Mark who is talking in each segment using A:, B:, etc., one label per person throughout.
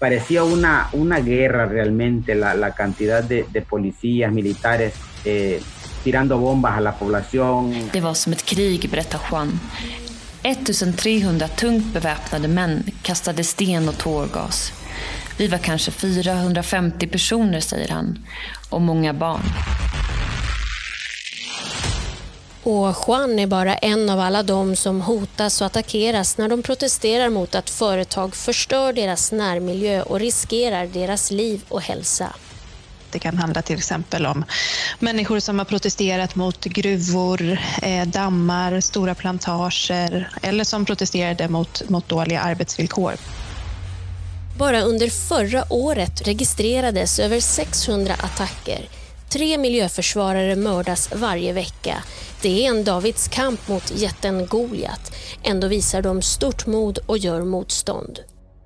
A: parecía una guerra realmente, la cantidad de policías, militares tirando bombas a la población.
B: Det var som ett krig, berättar Juan. 1300 tungt beväpnade män kastade sten och tårgas. Vi var kanske 450 personer, säger han, och många barn.
C: Och Juan är bara en av alla de som hotas och attackeras när de protesterar mot att företag förstör deras närmiljö och riskerar deras liv och hälsa.
D: Det kan handla till exempel om människor som har protesterat mot gruvor, dammar, stora plantager eller som protesterade mot dåliga arbetsvillkor.
C: Bara under förra året registrerades över 600 attacker. 3 miljöförsvarare mördas varje vecka. Det är en Davids kamp mot jätten Goliat. Ändå visar de stort mod och gör motstånd.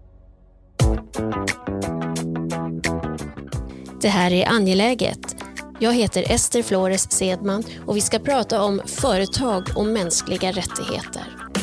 C: Det här är Angeläget. Jag heter Ester Flores Sedman och vi ska prata om företag och mänskliga rättigheter.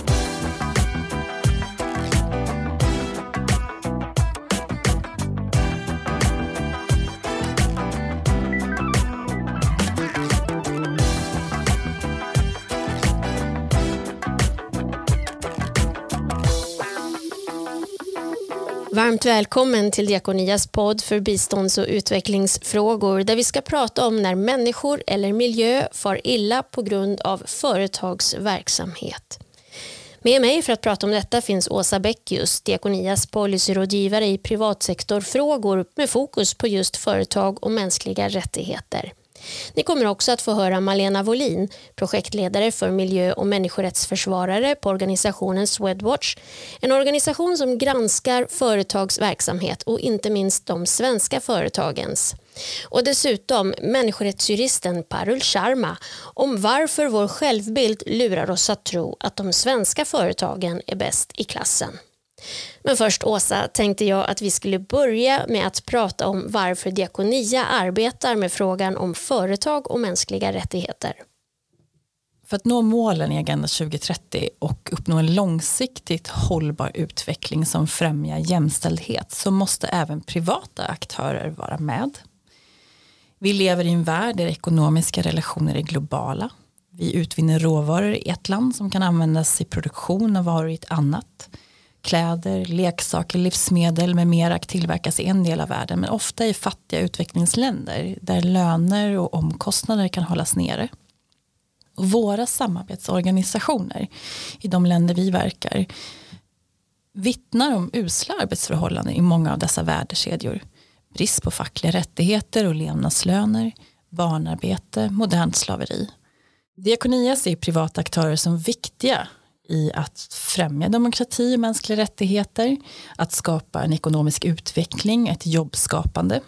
C: Varmt välkommen till Diakonias podd för bistånds- och utvecklingsfrågor där vi ska prata om när människor eller miljö far illa på grund av företagsverksamhet. Med mig för att prata om detta finns Åsa Bäckius, Diakonias policyrådgivare i privatsektorfrågor med fokus på just företag och mänskliga rättigheter. Ni kommer också att få höra Malena Wåhlin, projektledare för miljö- och människorättsförsvarare på organisationen Swedwatch. En organisation som granskar företags verksamhet och inte minst de svenska företagens. Och dessutom människorättsjuristen Parul Sharma om varför vår självbild lurar oss att tro att de svenska företagen är bäst i klassen. Men först, Åsa, tänkte jag att vi skulle börja med att prata om varför Diakonia arbetar med frågan om företag och mänskliga rättigheter.
E: För att nå målen i Agenda 2030 och uppnå en långsiktigt hållbar utveckling som främjar jämställdhet så måste även privata aktörer vara med. Vi lever i en värld där ekonomiska relationer är globala. Vi utvinner råvaror i ett land som kan användas i produktion av varor i ett annat. Kläder, leksaker, livsmedel med mera tillverkas i en del av världen men ofta i fattiga utvecklingsländer där löner och omkostnader kan hållas nere. Och våra samarbetsorganisationer i de länder vi verkar vittnar om usla arbetsförhållanden i många av dessa värdekedjor. Brist på fackliga rättigheter och levnadslöner, barnarbete, modernt slaveri. Diakonia ser privata aktörer som viktiga i att främja demokrati och mänskliga rättigheter, att skapa en ekonomisk utveckling, ett jobbskapande.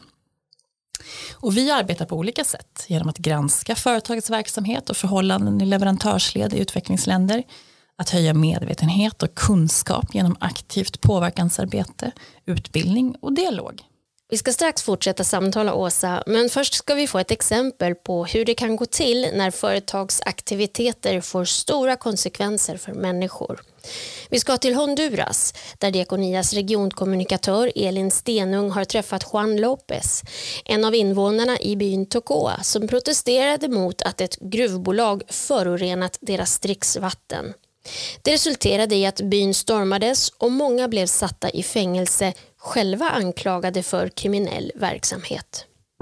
E: Och vi arbetar på olika sätt genom att granska företagets verksamhet och förhållanden i leverantörsled i utvecklingsländer, att höja medvetenhet och kunskap genom aktivt påverkansarbete, utbildning och dialog.
C: Vi ska strax fortsätta samtala, Åsa, men först ska vi få ett exempel på hur det kan gå till när företagsaktiviteter får stora konsekvenser för människor. Vi ska till Honduras, där Diakonias regionkommunikatör Elin Stenung har träffat Juan Lopez, en av invånarna i byn Tocoa som protesterade mot att ett gruvbolag förorenat deras dricksvatten. Det resulterade i att byn stormades och många blev satta i fängelse, själva anklagade för kriminell verksamhet.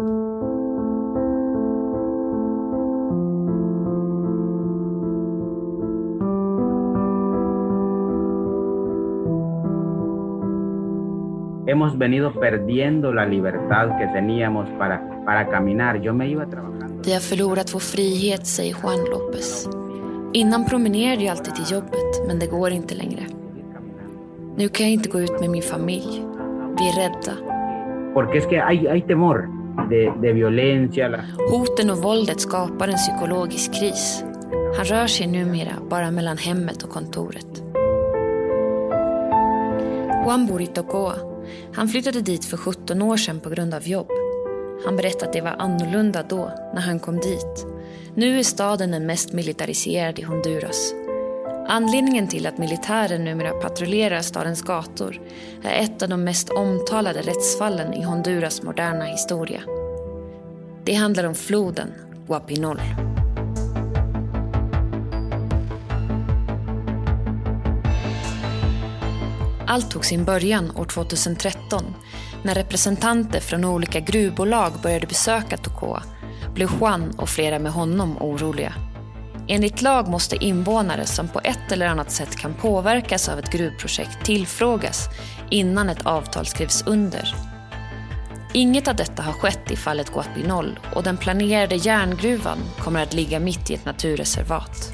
A: Hemos venido perdiendo la libertad que teníamos para caminar. Yo me iba trabajando.
B: Vi har förlorat vår frihet, säger Juan Lopez. Innan promenerade jag alltid till jobbet, men det går inte längre. Nu kan jag inte gå ut med min familj. Vi är rädda.
A: Porque es que hay temor de violencia.
B: Hoten och våldet skapar en psykologisk kris. Han rör sig numera bara mellan hemmet och kontoret. Juan bor i Tocoa. Han flyttade dit för 17 år sedan på grund av jobb. Han berättade att det var annorlunda då, när han kom dit. Nu är staden den mest militariserade i Honduras. Anledningen till att militären numera patrullerar stadens gator är ett av de mest omtalade rättsfallen i Honduras moderna historia. Det handlar om floden Guapinol. Allt tog sin början år 2013 när representanter från olika gruvbolag började besöka Tocoa blev Juan och flera med honom oroliga. Enligt lag måste invånare som på ett eller annat sätt kan påverkas av ett gruvprojekt tillfrågas innan ett avtal skrivs under. Inget av detta har skett i fallet Guapinol och den planerade järngruvan kommer att ligga mitt i ett naturreservat.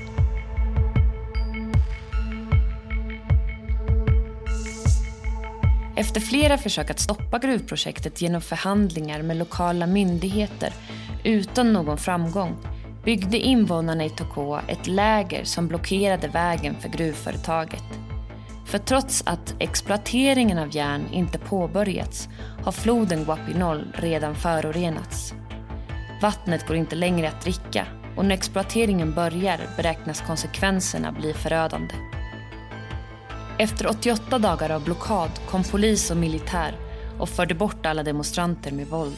B: Efter flera försök att stoppa gruvprojektet genom förhandlingar med lokala myndigheter utan någon framgång byggde invånarna i Tocoa ett läger som blockerade vägen för gruvföretaget. För trots att exploateringen av järn inte påbörjats har floden Guapinol redan förorenats. Vattnet går inte längre att dricka och när exploateringen börjar beräknas konsekvenserna bli förödande. Efter 88 dagar av blockad kom polis och militär och förde bort alla demonstranter med våld.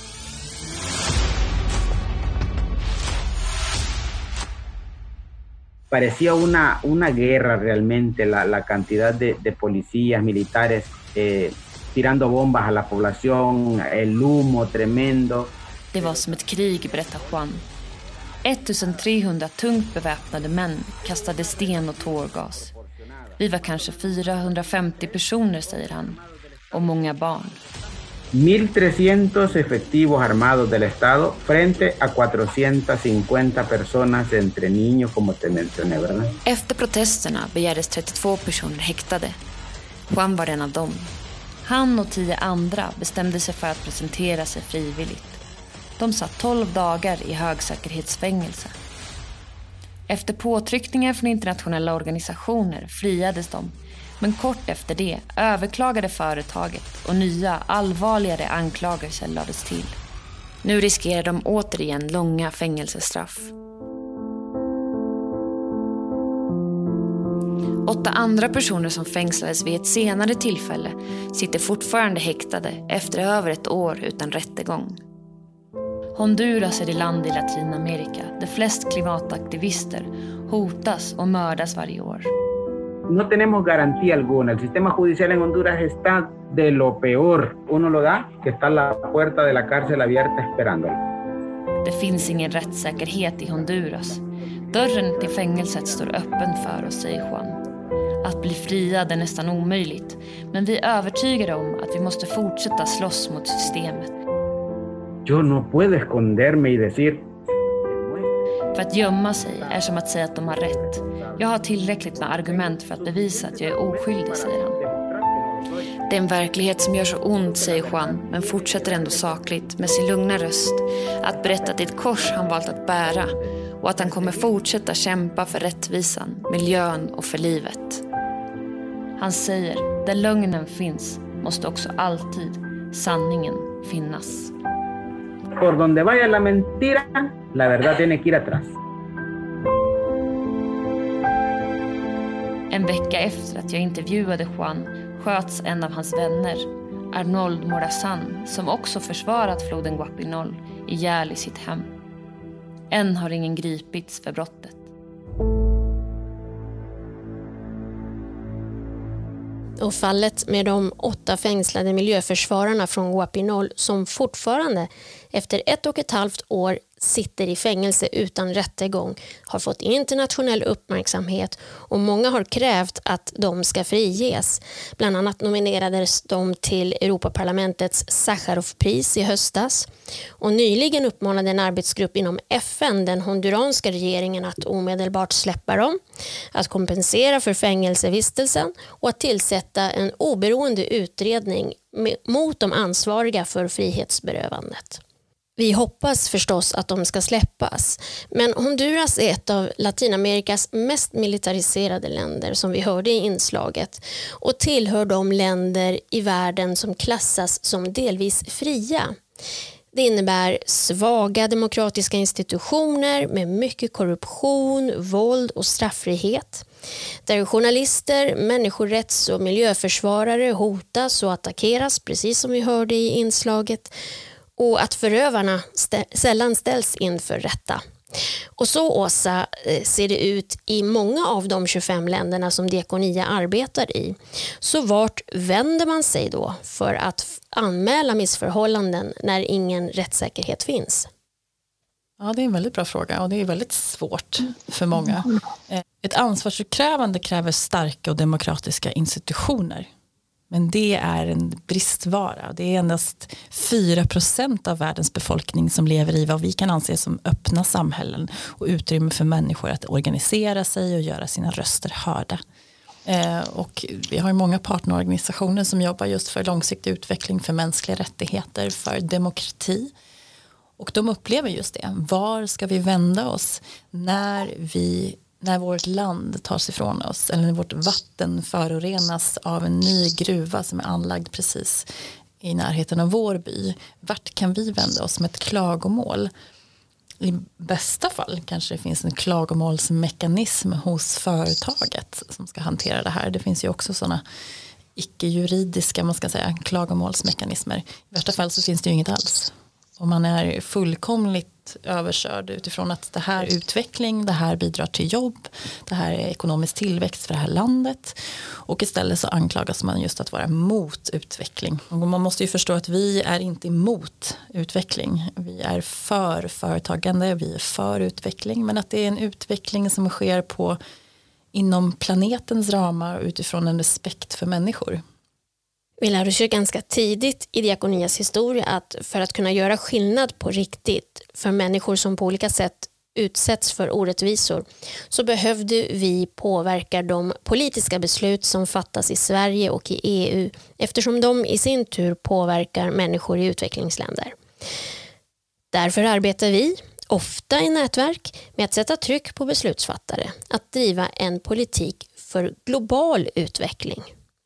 A: Parecía una guerra realmente la cantidad de policías, militares tirando bombas a la población, el humo tremendo.
B: Det var som ett krig, berättar Juan. 1300 tungt beväpnade män kastade sten och tårgas. Vi var kanske 450 personer, säger han, och många barn.
A: 1,300 efectivos armados del Estado frente a 450 personas entre niños, como te mencioné, ¿verdad?
B: Efter protesterna begärdes 32 personer häktade. Juan var en av dem. Han och 10 andra bestämde sig för att presentera sig frivilligt. De satt 12 dagar i högsäkerhetsfängelse. Efter påtryckningar från internationella organisationer friades de. Men kort efter det överklagade företaget och nya, allvarligare anklagelser lades till. Nu riskerar de återigen långa fängelsestraff. 8 andra personer som fängslades vid ett senare tillfälle sitter fortfarande häktade efter över ett år utan rättegång. Honduras är det land i Latinamerika där flest klimataktivister hotas och mördas varje år.
A: No tenemos garantía alguna. El sistema judicial en Honduras está de lo peor. Uno lo da, que está la puerta de la cárcel abierta esperándolo.
B: Det finns ingen rättssäkerhet i Honduras. Dörren till fängelset står öppen för oss, säger Juan. Att bli friad är nästan omöjligt, men vi är övertygade om att vi måste fortsätta slåss mot systemet.
A: Yo no puedo esconderme y decir.
B: För att gömma sig är som att säga att de har rätt. Jag har tillräckligt med argument för att bevisa att jag är oskyldig, säger han. Det är en verklighet som gör så ont, säger Juan, men fortsätter ändå sakligt med sin lugna röst att berätta att det är ett kors han valt att bära och att han kommer fortsätta kämpa för rättvisan, miljön och för livet. Han säger, där lögnen finns måste också alltid sanningen finnas.
A: Por donde vaya la mentira, la verdad tiene que ir atrás.
B: En vecka efter att jag intervjuade Juan sköts en av hans vänner, Arnold Morazan, som också försvarat floden Guapinol, ihjäl i sitt hem. Än har ingen gripits för brottet.
C: Och fallet med de 8 fängslade miljöförsvararna från Guapinol som fortfarande efter 1,5 år sitter i fängelse utan rättegång har fått internationell uppmärksamhet och många har krävt att de ska friges. Bland annat nominerades de till Europaparlamentets Sacharovpris i höstas. Och nyligen uppmanade en arbetsgrupp inom FN den honduranska regeringen att omedelbart släppa dem, att kompensera för fängelsevistelsen och att tillsätta en oberoende utredning mot de ansvariga för frihetsberövandet. Vi hoppas förstås att de ska släppas, men Honduras är ett av Latinamerikas mest militariserade länder som vi hörde i inslaget och tillhör de länder i världen som klassas som delvis fria. Det innebär svaga demokratiska institutioner med mycket korruption, våld och strafffrihet. Där journalister, människorätts- och miljöförsvarare hotas och attackeras, precis som vi hörde i inslaget. Och att förövarna sällan ställs inför rätta. Och så, Åsa, ser det ut i många av de 25 länderna som Diakonia arbetar i. Så vart vänder man sig då för att anmäla missförhållanden när ingen rättssäkerhet finns?
E: Ja, det är en väldigt bra fråga och det är väldigt svårt för många. Ett ansvarsutkrävande kräver starka och demokratiska institutioner. Men det är en bristvara. Det är endast 4% av världens befolkning som lever i vad vi kan anse som öppna samhällen och utrymme för människor att organisera sig och göra sina röster hörda. Och vi har många partnerorganisationer som jobbar just för långsiktig utveckling, för mänskliga rättigheter, för demokrati. Och de upplever just det. Var ska vi vända oss när vårt land tas ifrån oss eller när vårt vatten förorenas av en ny gruva som är anlagd precis i närheten av vår by? Vart kan vi vända oss med ett klagomål? I bästa fall kanske det finns en klagomålsmekanism hos företaget som ska hantera det här. Det finns ju också sådana icke-juridiska klagomålsmekanismer. I värsta fall så finns det ju inget alls. Och man är fullkomligt överkörd utifrån att det här är utveckling, det här bidrar till jobb, det här är ekonomisk tillväxt för det här landet. Och istället så anklagas man just att vara mot utveckling. Och man måste ju förstå att vi är inte emot utveckling. Vi är för företagande, vi är för utveckling. Men att det är en utveckling som sker inom planetens ramar utifrån en respekt för människor.
C: Vi lär oss ju ganska tidigt i Diakonias historia att för att kunna göra skillnad på riktigt för människor som på olika sätt utsätts för orättvisor så behövde vi påverka de politiska beslut som fattas i Sverige och i EU eftersom de i sin tur påverkar människor i utvecklingsländer. Därför arbetar vi, ofta i nätverk, med att sätta tryck på beslutsfattare att driva en politik för global utveckling.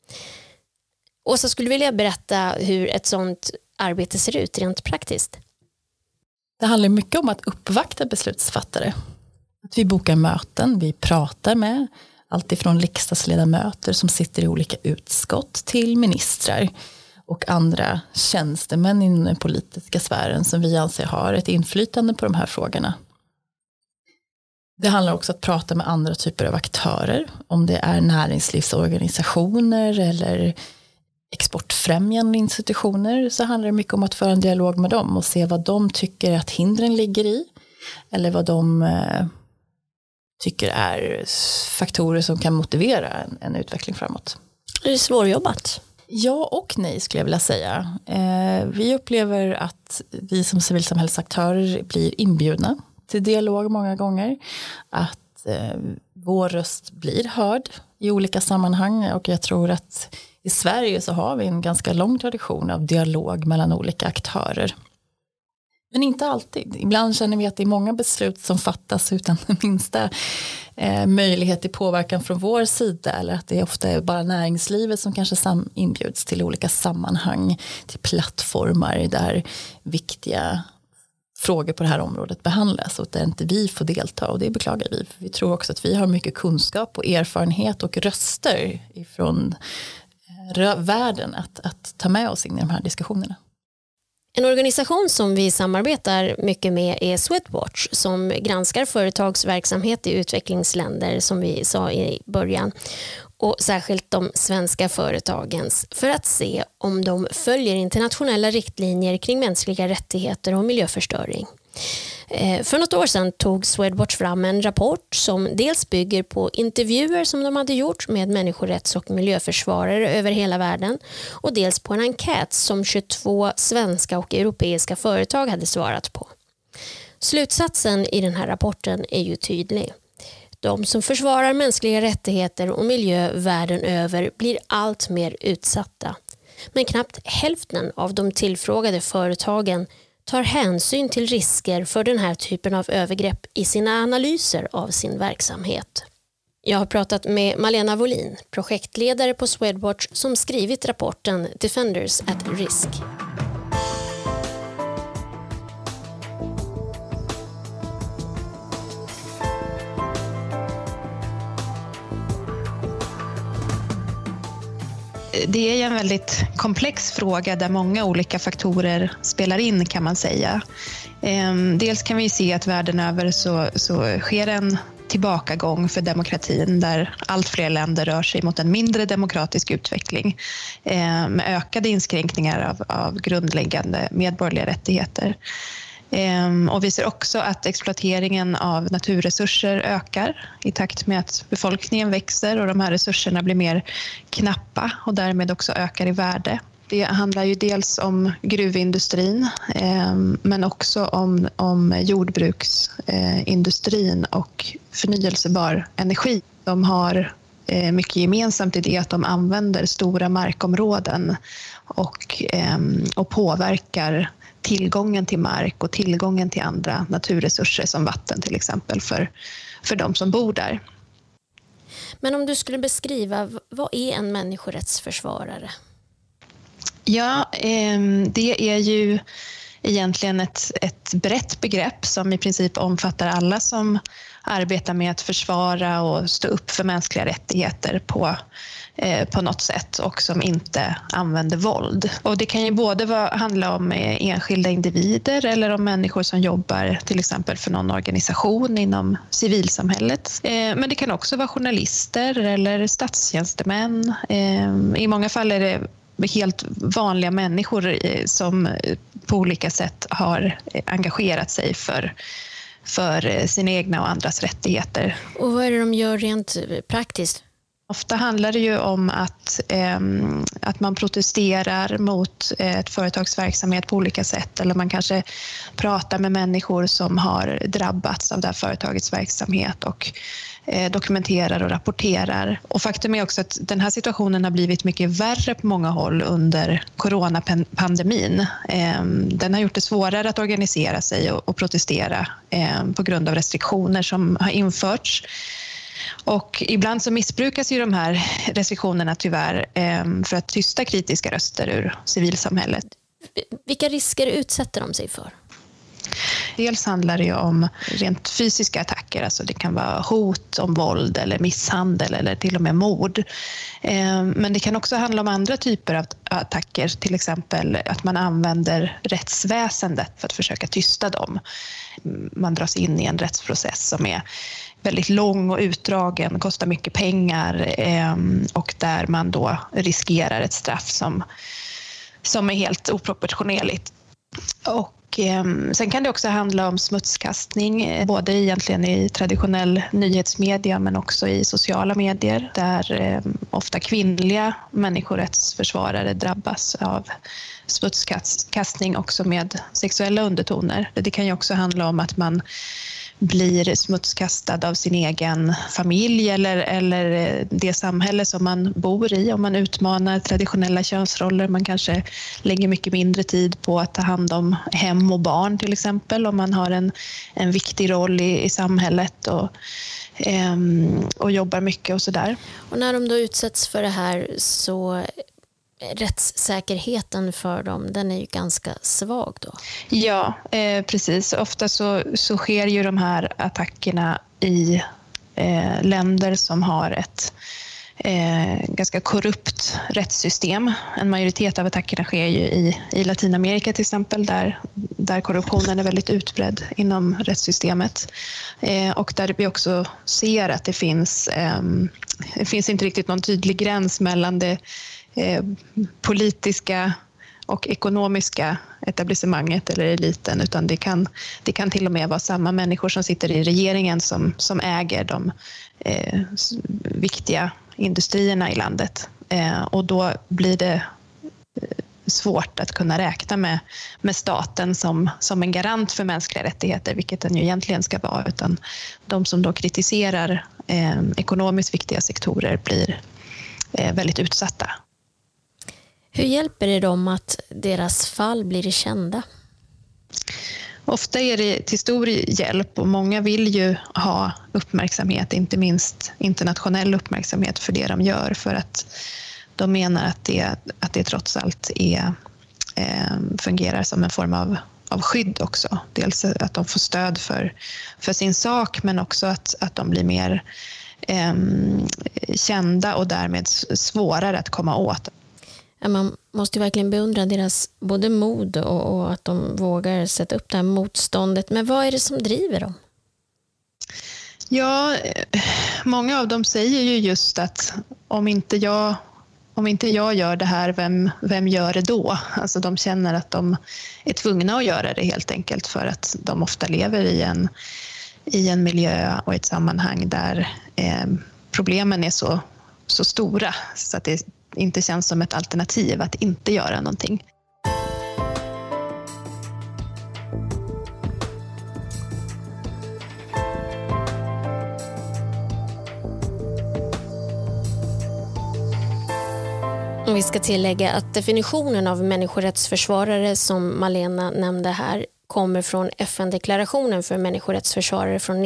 C: Åsa, skulle vilja berätta hur ett sådant arbete ser ut rent praktiskt?
E: Det handlar mycket om att uppvakta beslutsfattare. Att vi bokar möten, vi pratar med allt ifrån riksdagsledamöter som sitter i olika utskott till ministrar och andra tjänstemän inom den politiska sfären som vi anser har ett inflytande på de här frågorna. Det handlar också om att prata med andra typer av aktörer, om det är näringslivsorganisationer eller exportfrämjande institutioner, så handlar det mycket om att föra en dialog med dem och se vad de tycker att hindren ligger i eller vad de tycker är faktorer som kan motivera en utveckling framåt.
C: Är det svårjobbat?
E: Ja och nej skulle jag vilja säga. Vi upplever att vi som civilsamhällsaktörer blir inbjudna till dialog många gånger. Att vår röst blir hörd i olika sammanhang och jag tror att i Sverige så har vi en ganska lång tradition av dialog mellan olika aktörer. Men inte alltid. Ibland känner vi att det är många beslut som fattas utan den minsta möjlighet till påverkan från vår sida. Eller att det ofta är bara näringslivet som kanske inbjuds till olika sammanhang, till plattformar där viktiga frågor på det här området behandlas och där inte vi får delta, och det beklagar vi. Vi tror också att vi har mycket kunskap och erfarenhet och röster ifrån världen att ta med oss in i de här diskussionerna.
C: En organisation som vi samarbetar mycket med är Swedwatch som granskar företags verksamhet i utvecklingsländer som vi sa i början och särskilt de svenska företagens för att se om de följer internationella riktlinjer kring mänskliga rättigheter och miljöförstöring. För något år sedan tog Swedwatch fram en rapport som dels bygger på intervjuer som de hade gjort med människorätts- och miljöförsvarare över hela världen och dels på en enkät som 22 svenska och europeiska företag hade svarat på. Slutsatsen i den här rapporten är ju tydlig. De som försvarar mänskliga rättigheter och miljö världen över blir allt mer utsatta. Men knappt hälften av de tillfrågade företagen tar hänsyn till risker för den här typen av övergrepp i sina analyser av sin verksamhet. Jag har pratat med Malena Wollin, projektledare på Swedwatch som skrivit rapporten Defenders at Risk.
D: det är en väldigt komplex fråga där många olika faktorer spelar in, kan man säga. Dels kan vi se att världen över så sker en tillbakagång för demokratin där allt fler länder rör sig mot en mindre demokratisk utveckling med ökade inskränkningar av grundläggande medborgerliga rättigheter. Och vi ser också att exploateringen av naturresurser ökar i takt med att befolkningen växer och de här resurserna blir mer knappa och därmed också ökar i värde. Det handlar ju dels om gruvindustrin men också om jordbruksindustrin och förnyelsebar energi. De har mycket gemensamt i det att de använder stora markområden och påverkar tillgången till mark och tillgången till andra naturresurser som vatten till exempel för de som bor där.
C: Men om du skulle beskriva, vad är en människorättsförsvarare?
D: Ja, det är ju egentligen ett brett begrepp som i princip omfattar alla som arbetar med att försvara och stå upp för mänskliga rättigheter på något sätt och som inte använder våld. Och det kan ju både handla om enskilda individer eller om människor som jobbar till exempel för någon organisation inom civilsamhället. Men det kan också vara journalister eller statstjänstemän. I många fall är det helt vanliga människor som på olika sätt har engagerat sig för sina egna och andras rättigheter.
C: Och vad är det de gör rent praktiskt?
D: Ofta handlar det ju om att man protesterar mot ett företags verksamhet på olika sätt eller man kanske pratar med människor som har drabbats av det här företagets verksamhet och dokumenterar och rapporterar. Och faktum är också att den här situationen har blivit mycket värre på många håll under coronapandemin. Den har gjort det svårare att organisera sig och protestera på grund av restriktioner som har införts. Och ibland så missbrukas ju de här restriktionerna tyvärr för att tysta kritiska röster ur civilsamhället.
C: Vilka risker utsätter de sig för?
D: Dels handlar det ju om rent fysiska attacker, alltså det kan vara hot om våld eller misshandel eller till och med mord. Men det kan också handla om andra typer av attacker, till exempel att man använder rättsväsendet för att försöka tysta dem. Man dras in i en rättsprocess som är väldigt lång och utdragen, kostar mycket pengar och där man då riskerar ett straff som är helt oproportionerligt. Och sen kan det också handla om smutskastning, både egentligen i traditionell nyhetsmedia men också i sociala medier där ofta kvinnliga människorättsförsvarare drabbas av smutskastning också med sexuella undertoner. Det kan ju också handla om att man blir smutskastad av sin egen familj eller det samhälle som man bor i. Om man utmanar traditionella könsroller, man kanske lägger mycket mindre tid på att ta hand om hem och barn till exempel. Om man har en viktig roll i samhället och jobbar mycket och sådär.
C: Och när de då utsätts för det här så rättssäkerheten för dem, den är ju ganska svag då. Ja,
D: precis. Ofta så sker ju de här attackerna i länder som har ett ganska korrupt rättssystem. En majoritet av attackerna sker ju i Latinamerika till exempel, där korruptionen är väldigt utbredd inom rättssystemet. Och där vi också ser att det finns inte riktigt någon tydlig gräns mellan det politiska och ekonomiska etablissemanget eller eliten, utan det kan till och med vara samma människor som sitter i regeringen som äger de viktiga industrierna i landet. Och då blir det svårt att kunna räkna med staten som en garant för mänskliga rättigheter, vilket den ju egentligen ska vara, utan de som då kritiserar ekonomiskt viktiga sektorer blir väldigt utsatta.
C: Hur hjälper det dem att deras fall blir kända?
D: Ofta är det till stor hjälp och många vill ju ha uppmärksamhet, inte minst internationell uppmärksamhet för det de gör, för att de menar att det trots allt fungerar som en form av skydd också. Dels att de får stöd för sin sak, men också att de blir mer kända och därmed svårare att komma åt.
C: Man måste ju verkligen beundra deras både mod och att de vågar sätta upp det här motståndet. Men vad är det som driver dem?
D: Ja, många av dem säger ju just att om inte jag gör det här, vem gör det då? Alltså de känner att de är tvungna att göra det helt enkelt för att de ofta lever i en miljö och ett sammanhang där problemen är så stora så att det inte känns som ett alternativ att inte göra någonting.
C: Vi ska tillägga att definitionen av människorättsförsvarare som Malena nämnde här kommer från FN-deklarationen för människorättsförsvarare från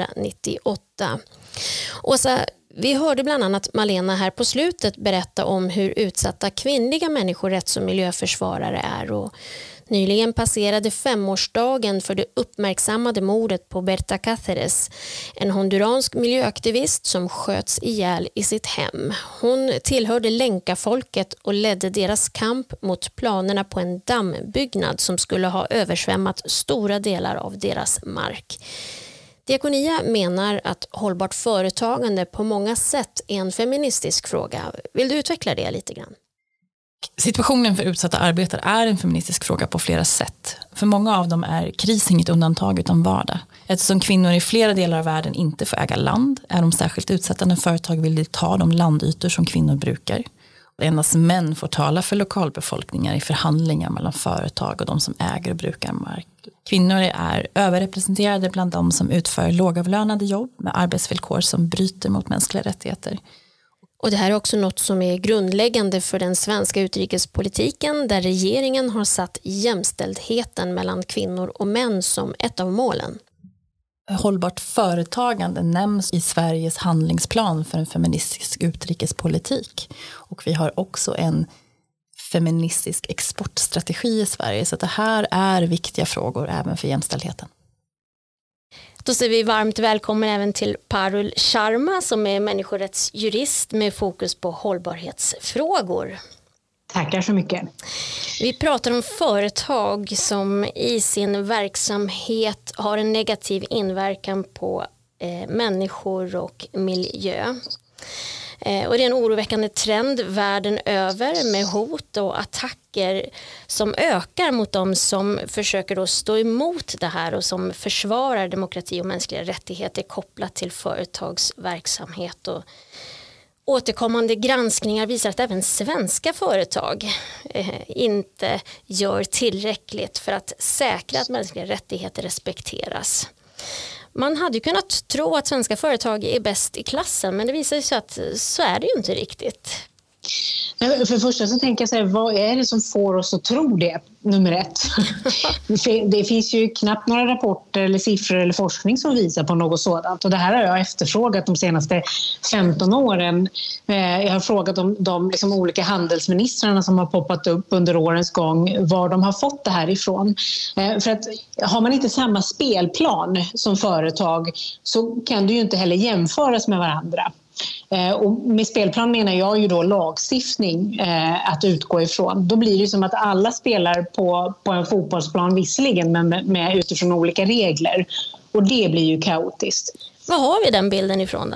C: 1998. Åsa, vi hörde bland annat Malena här på slutet berätta om hur utsatta kvinnliga människorätts- och miljöförsvarare är, och nyligen passerade 5-årsdagen för det uppmärksammade mordet på Berta Cáceres, en honduransk miljöaktivist som sköts ihjäl i sitt hem. Hon tillhörde Lenca-folket och ledde deras kamp mot planerna på en dammbyggnad som skulle ha översvämmat stora delar av deras mark. Diakonia menar att hållbart företagande på många sätt är en feministisk fråga. Vill du utveckla det lite grann?
E: Situationen för utsatta arbetare är en feministisk fråga på flera sätt. För många av dem är kris inget undantag utan vardag. Eftersom kvinnor i flera delar av världen inte får äga land är de särskilt utsatta när företag vill ta de landytor som kvinnor brukar. Endast män får tala för lokalbefolkningar i förhandlingar mellan företag och de som äger och brukar mark. Kvinnor är överrepresenterade bland de som utför lågavlönade jobb med arbetsvillkor som bryter mot mänskliga rättigheter.
C: Och det här är också något som är grundläggande för den svenska utrikespolitiken, där regeringen har satt jämställdheten mellan kvinnor och män som ett av målen.
E: Hållbart företagande nämns i Sveriges handlingsplan för en feministisk utrikespolitik. Och vi har också en feministisk exportstrategi i Sverige, så att det här är viktiga frågor även för jämställdheten.
C: Då säger vi varmt välkommen även till Parul Sharma som är människorättsjurist med fokus på hållbarhetsfrågor.
F: Tackar så mycket.
C: Vi pratar om företag som i sin verksamhet har en negativ inverkan på människor och miljö. Och det är en oroväckande trend världen över med hot och attacker som ökar mot de som försöker då stå emot det här och som försvarar demokrati och mänskliga rättigheter kopplat till företagsverksamhet. Och återkommande granskningar visar att även svenska företag inte gör tillräckligt för att säkra att mänskliga rättigheter respekteras. Man hade ju kunnat tro att svenska företag är bäst i klassen, men det visar sig att så är det ju inte riktigt.
F: För det första så tänker jag så här, vad är det som får oss att tro det, nummer ett? Det finns ju knappt några rapporter eller siffror eller forskning som visar på något sådant. Och det här har jag efterfrågat de senaste 15 åren. Jag har frågat de liksom olika handelsministrarna som har poppat upp under årens gång var de har fått det här ifrån. För att har man inte samma spelplan som företag så kan du ju inte heller jämföras med varandra. Och med spelplan menar jag ju då lagstiftning att utgå ifrån. Då blir det som att alla spelar på en fotbollsplan visserligen men med utifrån olika regler. Och det blir ju kaotiskt.
C: Vad har vi den bilden ifrån då?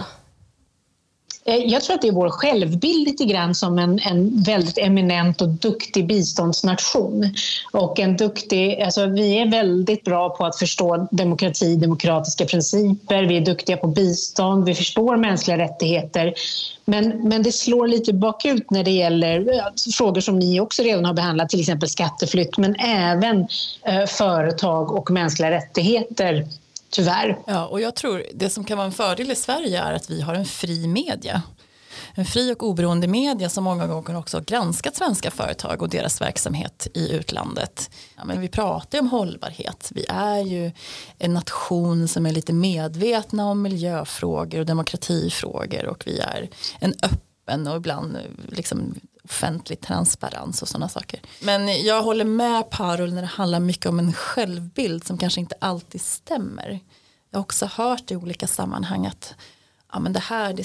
F: Jag tror att det är vår självbild lite grann som en väldigt eminent och duktig biståndsnation. Och vi är väldigt bra på att förstå demokrati, demokratiska principer. Vi är duktiga på bistånd, vi förstår mänskliga rättigheter. Men det slår lite bakut när det gäller frågor som ni också redan har behandlat, till exempel skatteflykt, men även företag och mänskliga rättigheter. Tyvärr.
E: Ja, och jag tror det som kan vara en fördel i Sverige är att vi har en fri media. En fri och oberoende media som många gånger också har granskat svenska företag och deras verksamhet i utlandet. Ja, men vi pratar om hållbarhet. Vi är ju en nation som är lite medvetna om miljöfrågor och demokratifrågor, och vi är en öppen och ibland liksom offentlig transparens och sådana saker. Men jag håller med Parul när det handlar mycket om en självbild som kanske inte alltid stämmer. Jag har också hört i olika sammanhang ja, men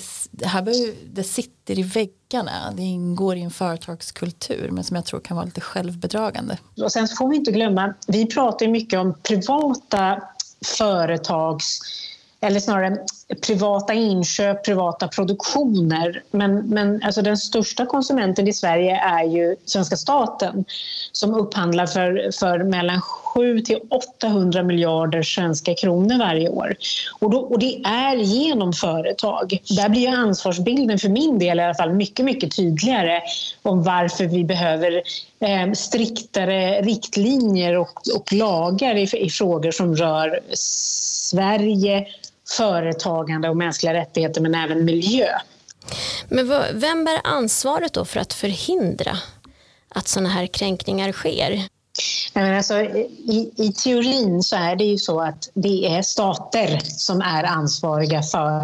E: det sitter i väggarna. Det ingår i en företagskultur, men som jag tror kan vara lite självbedragande.
F: Och sen får vi inte glömma, vi pratar ju mycket om privata företags, eller snarare privata inköp, privata produktioner. Men alltså den största konsumenten i Sverige är ju svenska staten som upphandlar för mellan 7 till 800 miljarder svenska kronor varje år. Och det är genom företag. Där blir ju ansvarsbilden för min del i alla fall mycket, mycket tydligare om varför vi behöver striktare riktlinjer och lagar i frågor som rör Sverige, företagande och mänskliga rättigheter, men även miljö.
C: Men vem bär ansvaret då för att förhindra att sådana här kränkningar sker?
F: Nej, men alltså, i teorin så är det ju så att det är stater som är ansvariga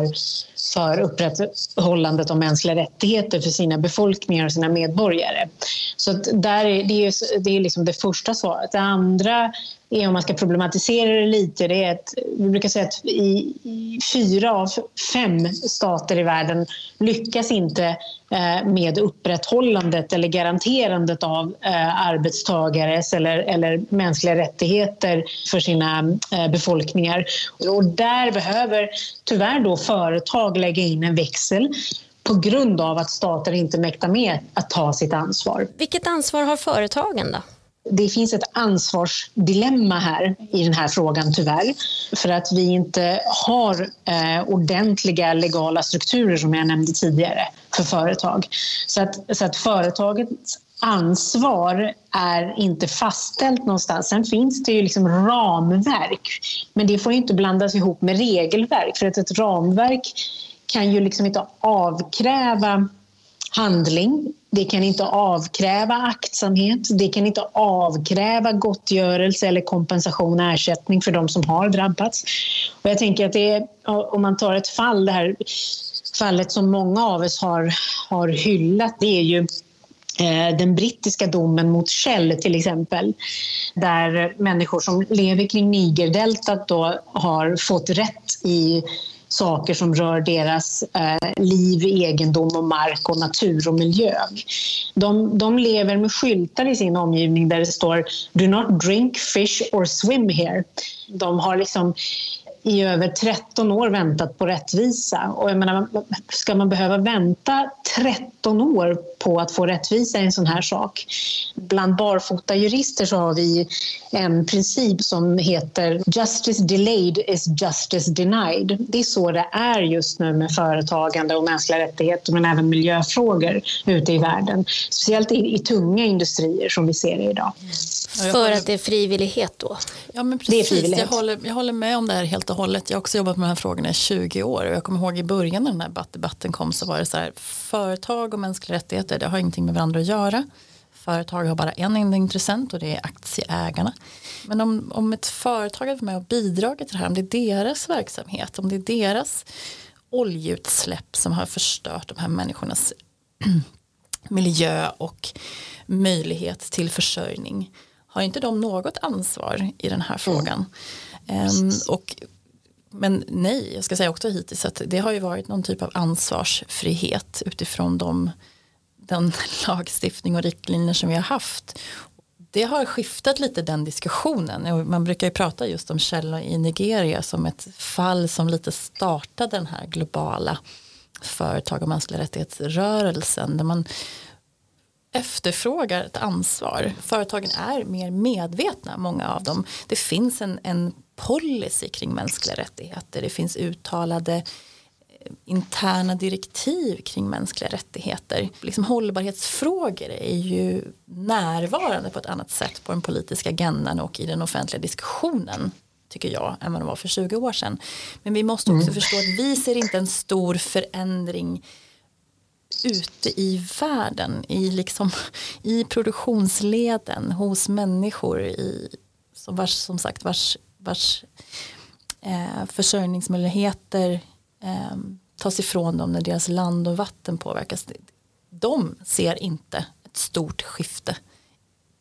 F: för upprätthållandet av mänskliga rättigheter för sina befolkningar och sina medborgare. Så att det är liksom det första svaret. Det andra är, om man ska problematisera det lite, det är att vi brukar säga att i 4 av 5 stater i världen lyckas inte med upprätthållandet eller garanterandet av arbetstagares eller mänskliga rättigheter för sina befolkningar. Och där behöver tyvärr då företag lägga in en växel på grund av att stater inte mäktar med att ta sitt ansvar.
C: Vilket ansvar har företagen då?
F: Det finns ett ansvarsdilemma här i den här frågan tyvärr, för att vi inte har ordentliga legala strukturer som jag nämnde tidigare för företag. Så att företagets ansvar är inte fastställt någonstans. Sen finns det ju liksom ramverk, men det får ju inte blandas ihop med regelverk, för att ett ramverk kan ju liksom inte avkräva handling. Det kan inte avkräva aktsamhet, det kan inte avkräva gottgörelse eller kompensation och ersättning för de som har drabbats. Och jag tänker att det är, om man tar ett fall, det här fallet som många av oss har hyllat, det är ju den brittiska domen mot Shell till exempel, där människor som lever kring Nigerdeltat då har fått rätt i saker som rör deras liv, egendom och mark och natur och miljö. De lever med skyltar i sin omgivning där det står "Do not drink, fish or swim here". De har liksom i över 13 år väntat på rättvisa. Och jag menar, ska man behöva vänta 13 år på att få rättvisa i en sån här sak? Bland barfota jurister så har vi en princip som heter "Justice delayed is justice denied". Det är så det är just nu med företagande och mänskliga rättigheter, men även miljöfrågor ute i världen. Speciellt i tunga industrier som vi ser det idag.
C: För att det är frivillighet då?
E: Ja, men precis. Jag håller med om det här helt och hållet. Jag har också jobbat med de här frågorna i 20 år. Och jag kommer ihåg i början när den här debatten kom så var det så här: företag och mänskliga rättigheter, det har ingenting med varandra att göra. Företag har bara en enda intressent och det är aktieägarna. Men om ett företag är med och bidrar till det här, om det är deras verksamhet, om det är deras oljeutsläpp som har förstört de här människornas miljö och möjlighet till försörjning, har inte de något ansvar i den här frågan? Men nej, jag ska säga också hittills att det har ju varit någon typ av ansvarsfrihet utifrån den lagstiftning och riktlinjer som vi har haft. Det har skiftat lite den diskussionen. Man brukar ju prata just om Shell i Nigeria som ett fall som lite startade den här globala företag- och mänskliga rättighetsrörelsen där man efterfrågar ett ansvar. Företagen är mer medvetna, många av dem. Det finns en policy kring mänskliga rättigheter. Det finns uttalade interna direktiv kring mänskliga rättigheter. Liksom hållbarhetsfrågor är ju närvarande på ett annat sätt på den politiska agendan och i den offentliga diskussionen, tycker jag, än vad det var för 20 år sedan. Men vi måste också förstå att vi ser inte en stor förändring ute i världen, i produktionsleden hos människor vars försörjningsmöjligheter tas ifrån dem när deras land och vatten påverkas. De ser inte ett stort skifte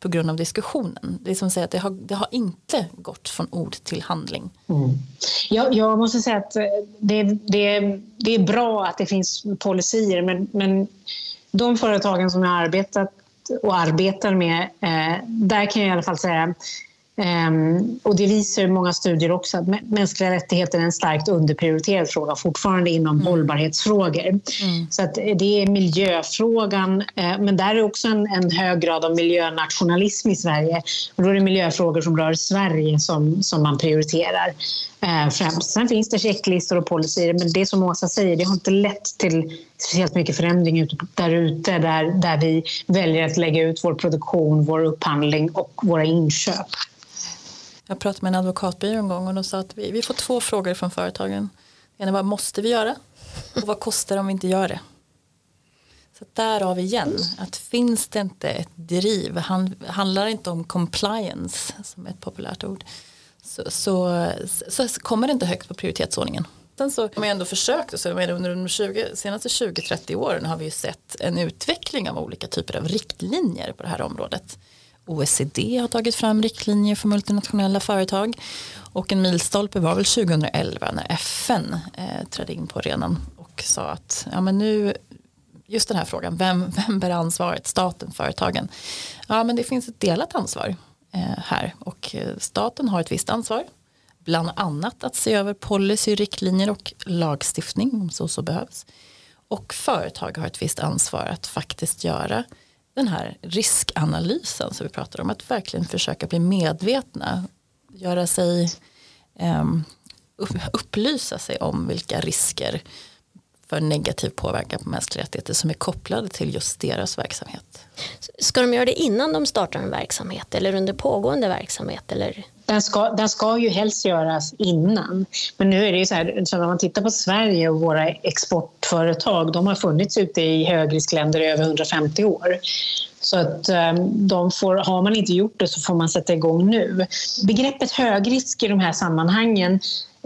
E: på grund av diskussionen. Det är som säger att det har inte gått från ord till handling.
F: Jag måste säga att det är bra att det finns policyer, men de företagen som jag har arbetat och arbetar med, där kan jag i alla fall säga, och det visar många studier också, att mänskliga rättigheter är en starkt underprioriterad fråga fortfarande inom hållbarhetsfrågor. Så att det är miljöfrågan, men där är också en hög grad av miljönationalism i Sverige, och då är det miljöfrågor som rör Sverige som man prioriterar främst. Sen finns det checklistor och policyer, men det som Åsa säger, det har inte lett till speciellt mycket förändring där ute, där vi väljer att lägga ut vår produktion, vår upphandling och våra inköp.
E: Jag pratade med en advokatbyrå en gång och de sa att vi får 2 frågor från företagen. En är vad måste vi göra och vad kostar om vi inte gör det? Så därav igen, att finns det inte ett driv, handlar det inte om compliance som är ett populärt ord, så kommer det inte högt på prioritetsordningen. Sen så har man ändå försökt, så under de senaste 20-30 åren har vi ju sett en utveckling av olika typer av riktlinjer på det här området. OECD har tagit fram riktlinjer för multinationella företag, och en milstolpe var väl 2011 när FN trädde in på arenan och sa att ja, men nu, just den här frågan, vem bär ansvaret, staten, företagen? Ja, men det finns ett delat ansvar här, och staten har ett visst ansvar, bland annat att se över policy, riktlinjer och lagstiftning om så behövs. Och företag har ett visst ansvar att faktiskt göra den här riskanalysen som vi pratar om, att verkligen försöka bli medvetna, göra sig upplysa sig om vilka risker för negativ påverkan på mänskliga rättigheter som är kopplade till just deras verksamhet.
C: Ska de göra det innan de startar en verksamhet eller under pågående verksamhet? Eller?
F: Den ska ju helst göras innan. Men nu är det ju så här, så när man tittar på Sverige och våra exportföretag, de har funnits ute i högriskländer i över 150 år. Så att har man inte gjort det så får man sätta igång nu. Begreppet högrisk i de här sammanhangen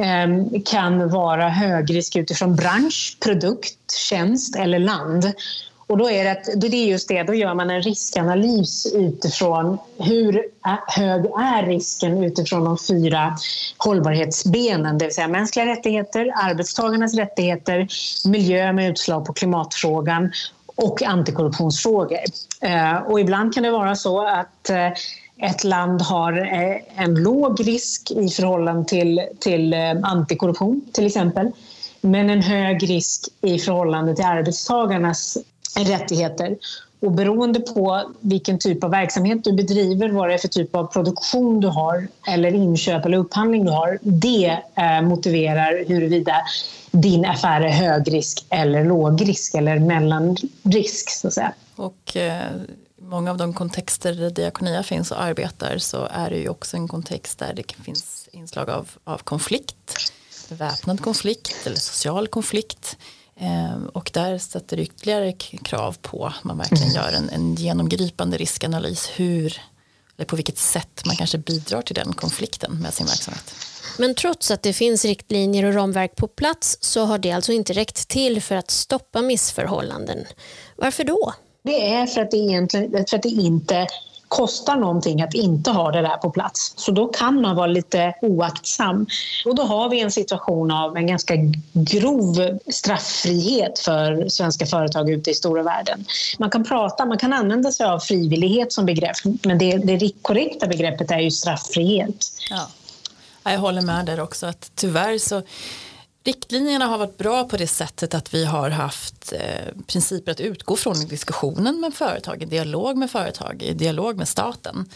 F: kan vara högrisk utifrån bransch, produkt, tjänst eller land. Och då är just det, då gör man en riskanalys utifrån hur hög är risken utifrån de 4 hållbarhetsbenen, det vill säga mänskliga rättigheter, arbetstagarnas rättigheter, miljö med utslag på klimatfrågan och antikorruptionsfrågor. Och ibland kan det vara så att ett land har en låg risk i förhållande till antikorruption till exempel, men en hög risk i förhållande till arbetstagarnas rättigheter. Och beroende på vilken typ av verksamhet du bedriver, vad det är för typ av produktion du har eller inköp eller upphandling du har, det motiverar huruvida din affär är hög risk eller låg risk eller mellanrisk så att säga.
E: Och många av de kontexter där Diakonia finns och arbetar, så är det ju också en kontext där det finns inslag av konflikt, väpnad konflikt eller social konflikt. Och där sätter det ytterligare krav på att man verkligen gör en genomgripande riskanalys eller på vilket sätt man kanske bidrar till den konflikten med sin verksamhet.
C: Men trots att det finns riktlinjer och ramverk på plats så har det alltså inte räckt till för att stoppa missförhållanden. Varför då?
F: Det är för att det inte kostar någonting att inte ha det där på plats. Så då kan man vara lite oaktsam. Och då har vi en situation av en ganska grov strafffrihet för svenska företag ute i stora världen. Man kan använda sig av frivillighet som begrepp, men det korrekta begreppet är ju strafffrihet.
E: Ja, jag håller med där också, att tyvärr så riktlinjerna har varit bra på det sättet att vi har haft principer att utgå från i diskussionen med företag, i dialog med företag, i dialog med staten.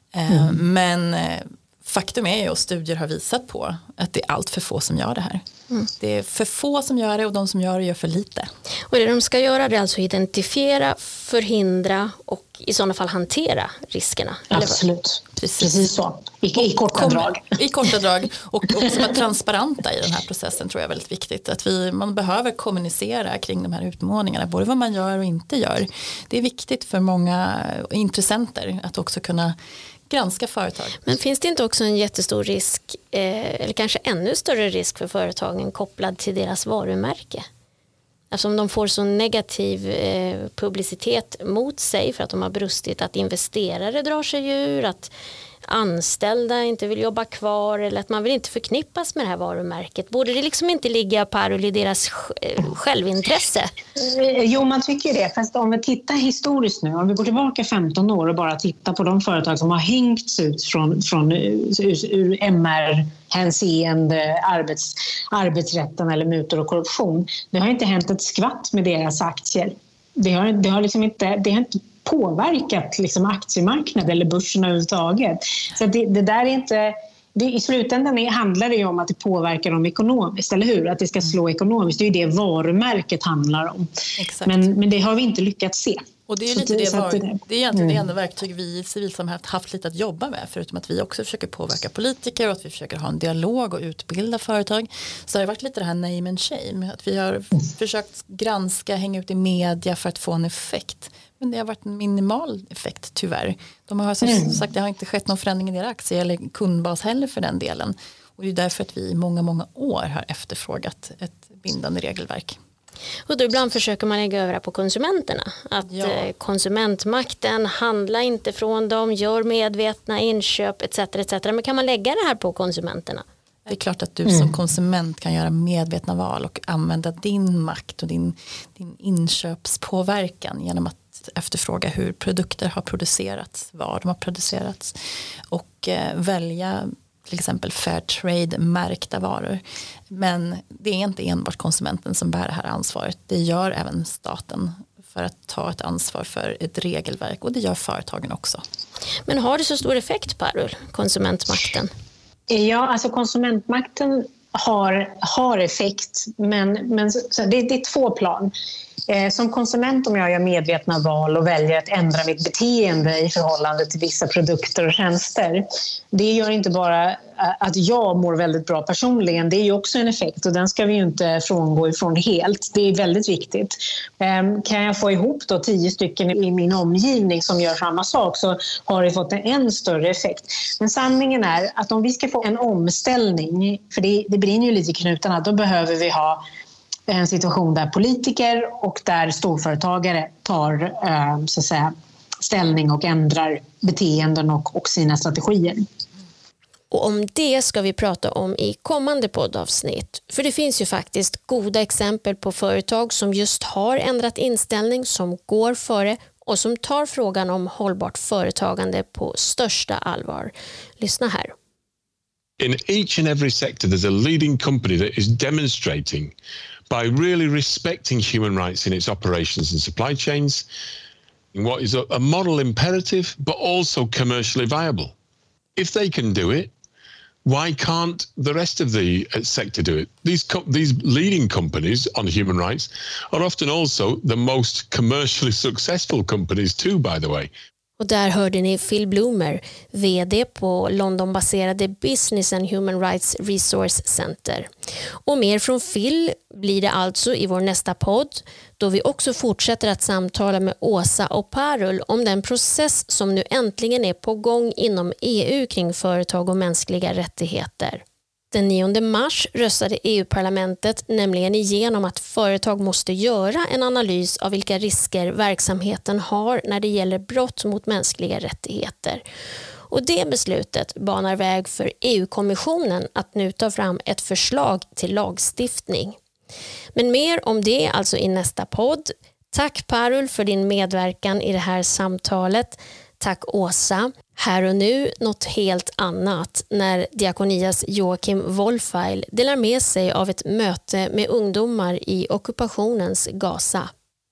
E: Men faktum är ju, och studier har visat på, att det är allt för få som gör det här. Det är för få som gör det, och de som gör det gör för lite.
C: Och det de ska göra är alltså identifiera, förhindra och i sådana fall hantera riskerna.
F: Absolut. Precis så. I korta drag.
E: I korta drag. Och också vara transparenta i den här processen tror jag är väldigt viktigt. Att man behöver kommunicera kring de här utmaningarna. Både vad man gör och inte gör. Det är viktigt för många intressenter att också kunna granska företag.
C: Men finns det inte också en jättestor risk, eller kanske ännu större risk för företagen kopplad till deras varumärke? alltså om de får så negativ publicitet mot sig för att de har brustit, att investerare drar sig ur, att anställda inte vill jobba kvar eller att man vill inte förknippas med det här varumärket. Borde det liksom inte ligga, Parul, i deras självintresse?
F: Jo, man tycker det. Fast om vi tittar historiskt nu, om vi går tillbaka 15 år och bara tittar på de företag som har hängts ut ur MR-hänseende, arbetsrätten eller mutor och korruption. Det har inte hänt ett skvatt med deras aktier. Det har inte påverkat liksom aktiemarknaden eller börsen överhuvudtaget. Så det där är inte... I slutändan handlar det ju om att det påverkar dem ekonomiskt, eller hur? Att det ska slå ekonomiskt. Det är ju det varumärket handlar om.
E: Exakt.
F: Men det har vi inte lyckats se.
E: Och det är lite det är egentligen det enda verktyg vi i civilsamhället haft lite att jobba med, förutom att vi också försöker påverka politiker och att vi försöker ha en dialog och utbilda företag. Så har det varit lite det här name and shame, att vi har försökt granska, hänga ut i media för att få en effekt. Men det har varit en minimal effekt tyvärr. De har som sagt, det har inte skett någon förändring i deras aktier eller kundbas heller för den delen. Och det är därför att vi i många, många år har efterfrågat ett bindande regelverk.
C: Och då ibland försöker man lägga över det på konsumenterna. Att konsumentmakten handlar inte från dem, gör medvetna inköp etc. Men kan man lägga det här på konsumenterna?
E: Det är klart att du som konsument kan göra medvetna val och använda din makt och din inköpspåverkan genom att efterfråga hur produkter har producerats, var de har producerats och välja till exempel fair trade-märkta varor. Men det är inte enbart konsumenten som bär det här ansvaret. Det gör även staten för att ta ett ansvar för ett regelverk, och det gör företagen också.
C: Men har det så stor effekt, Parul, konsumentmakten?
F: Ja, alltså konsumentmakten har effekt, men så det är två plan. Som konsument, om jag gör medvetna val och väljer att ändra mitt beteende i förhållande till vissa produkter och tjänster, det gör inte bara att jag mår väldigt bra personligen, det är ju också en effekt och den ska vi ju inte frångå ifrån helt. Det är väldigt viktigt. Kan jag få ihop då 10 stycken i min omgivning som gör samma sak, så har det fått en än större effekt. Men sanningen är att om vi ska få en omställning, för det brinner ju lite i knutarna, då behöver vi ha en situation där politiker och där storföretagare tar så att säga, ställning och ändrar beteenden och sina strategier.
C: Och om det ska vi prata om i kommande poddavsnitt. För det finns ju faktiskt goda exempel på företag som just har ändrat inställning, som går före och som tar frågan om hållbart företagande på största allvar. Lyssna här.
G: In each and every sector there's a leading company that is demonstrating by really respecting human rights in its operations and supply chains, in what is a moral imperative but also commercially viable. If they can do it, why can't the rest of the sector do it? These leading companies on human rights are often also the most commercially successful companies too, by the way.
C: Och där hörde ni Phil Bloomer, vd på Londonbaserade Business and Human Rights Resource Center. Och mer från Phil blir det alltså i vår nästa podd, då vi också fortsätter att samtala med Åsa och Parul om den process som nu äntligen är på gång inom EU kring företag och mänskliga rättigheter. Den 9 mars röstade EU-parlamentet nämligen igenom att företag måste göra en analys av vilka risker verksamheten har när det gäller brott mot mänskliga rättigheter. Och det beslutet banar väg för EU-kommissionen att nu ta fram ett förslag till lagstiftning. Men mer om det alltså i nästa podd. Tack Parul för din medverkan i det här samtalet. Tack Åsa. Här och nu något helt annat när Diakonias Joakim Wolfeil delar med sig av ett möte med ungdomar i ockupationens Gaza.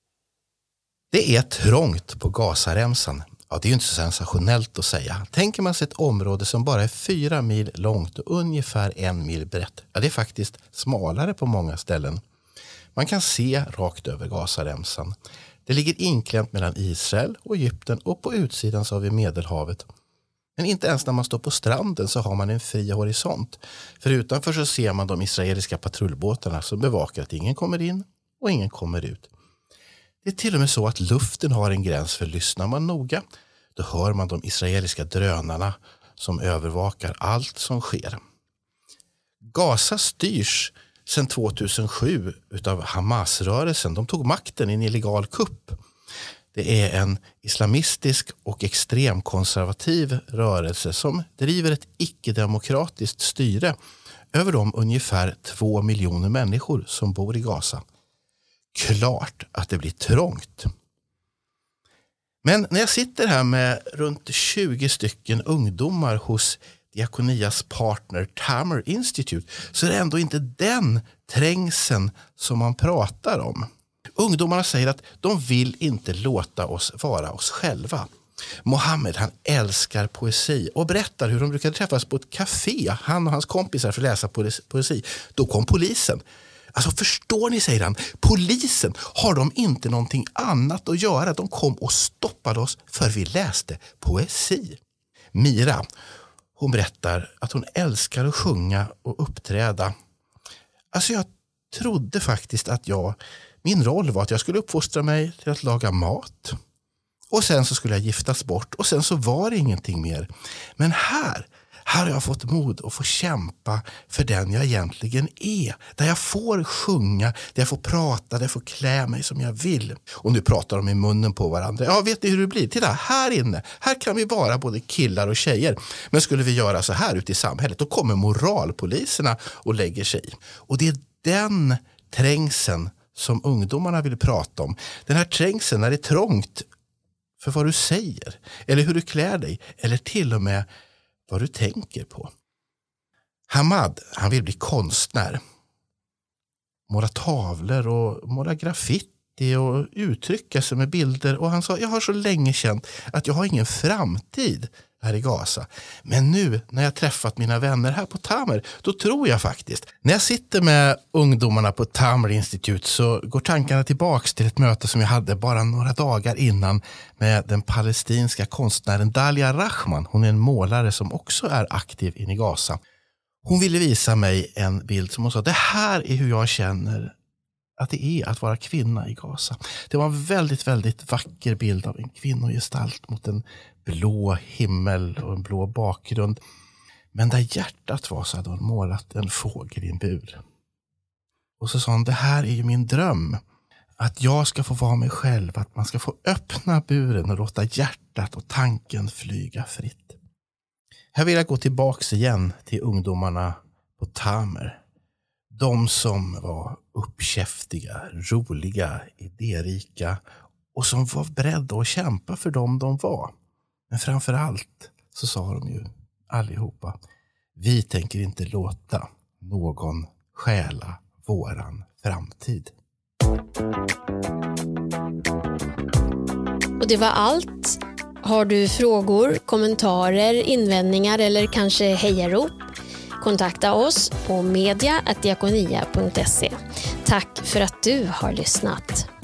H: Det är trångt på Gazaremsan. Ja, det är ju inte så sensationellt att säga. Tänker man sig ett område som bara är 4 mil långt och ungefär 1 mil brett. Ja, det är faktiskt smalare på många ställen. Man kan se rakt över Gazaremsan. Det ligger inklämt mellan Israel och Egypten och på utsidan så har vi Medelhavet. Men inte ens när man står på stranden så har man en fri horisont. För utanför så ser man de israeliska patrullbåtarna som bevakar att ingen kommer in och ingen kommer ut. Det är till och med så att luften har en gräns, för lyssnar man noga då hör man de israeliska drönarna som övervakar allt som sker. Gaza styrs sedan 2007 utav Hamas-rörelsen. De tog makten i en illegal kupp. Det är en islamistisk och extremkonservativ rörelse som driver ett icke-demokratiskt styre över de ungefär 2 miljoner människor som bor i Gaza. Klart att det blir trångt. Men när jag sitter här med runt 20 stycken ungdomar hos Diakonias partner Tamar Institute så är det ändå inte den trängseln som man pratar om. Ungdomarna säger att de vill inte låta oss vara oss själva. Mohammed, han älskar poesi och berättar hur de brukade träffas på ett café, han och hans kompisar, för att läsa poesi. Då kom polisen. Alltså förstår ni, säger han, polisen, har de inte någonting annat att göra? De kom och stoppade oss för vi läste poesi. Mira, hon berättar att hon älskar att sjunga och uppträda. Alltså jag trodde faktiskt att min roll var att jag skulle uppfostra mig till att laga mat. Och sen så skulle jag giftas bort och sen så var det ingenting mer. Men här har jag fått mod att få kämpa för den jag egentligen är. Där jag får sjunga, där jag får prata, där jag får klä mig som jag vill. Och nu pratar de i munnen på varandra. Ja, vet ni hur det blir? Titta, här inne, här kan vi vara både killar och tjejer. Men skulle vi göra så här ute i samhället, då kommer moralpoliserna och lägger sig i. Och det är den trängseln som ungdomarna vill prata om. Den här trängseln när det är trångt för vad du säger, eller hur du klär dig, eller till och med vad du tänker på. Hamad, han vill bli konstnär. Måla tavlor och måla graffiti och uttrycka sig med bilder. Och han sa, jag har så länge känt att jag har ingen framtid här i Gaza. Men nu när jag träffat mina vänner här på Tamar, då tror jag faktiskt. När jag sitter med ungdomarna på Tamar Institute så går tankarna tillbaks till ett möte som jag hade bara några dagar innan med den palestinska konstnären Dalia Rahman. Hon är en målare som också är aktiv in i Gaza. Hon ville visa mig en bild som hon sa, det här är hur jag känner att det är att vara kvinna i Gaza. Det var en väldigt, väldigt vacker bild av en kvinnogestalt mot en blå himmel och en blå bakgrund. Men där hjärtat var så hade hon målat en fågel i en bur. Och så sa hon, det här är ju min dröm. Att jag ska få vara mig själv. Att man ska få öppna buren och låta hjärtat och tanken flyga fritt. Här vill jag gå tillbaks igen till ungdomarna på Tamar. De som var uppkäftiga, roliga, idérika och som var beredda att kämpa för dem de var. Men framför allt så sa de ju allihopa, vi tänker inte låta någon stjäla våran framtid.
C: Och det var allt. Har du frågor, kommentarer, invändningar eller kanske hejarop? Kontakta oss på media@diakonia.se. Tack för att du har lyssnat.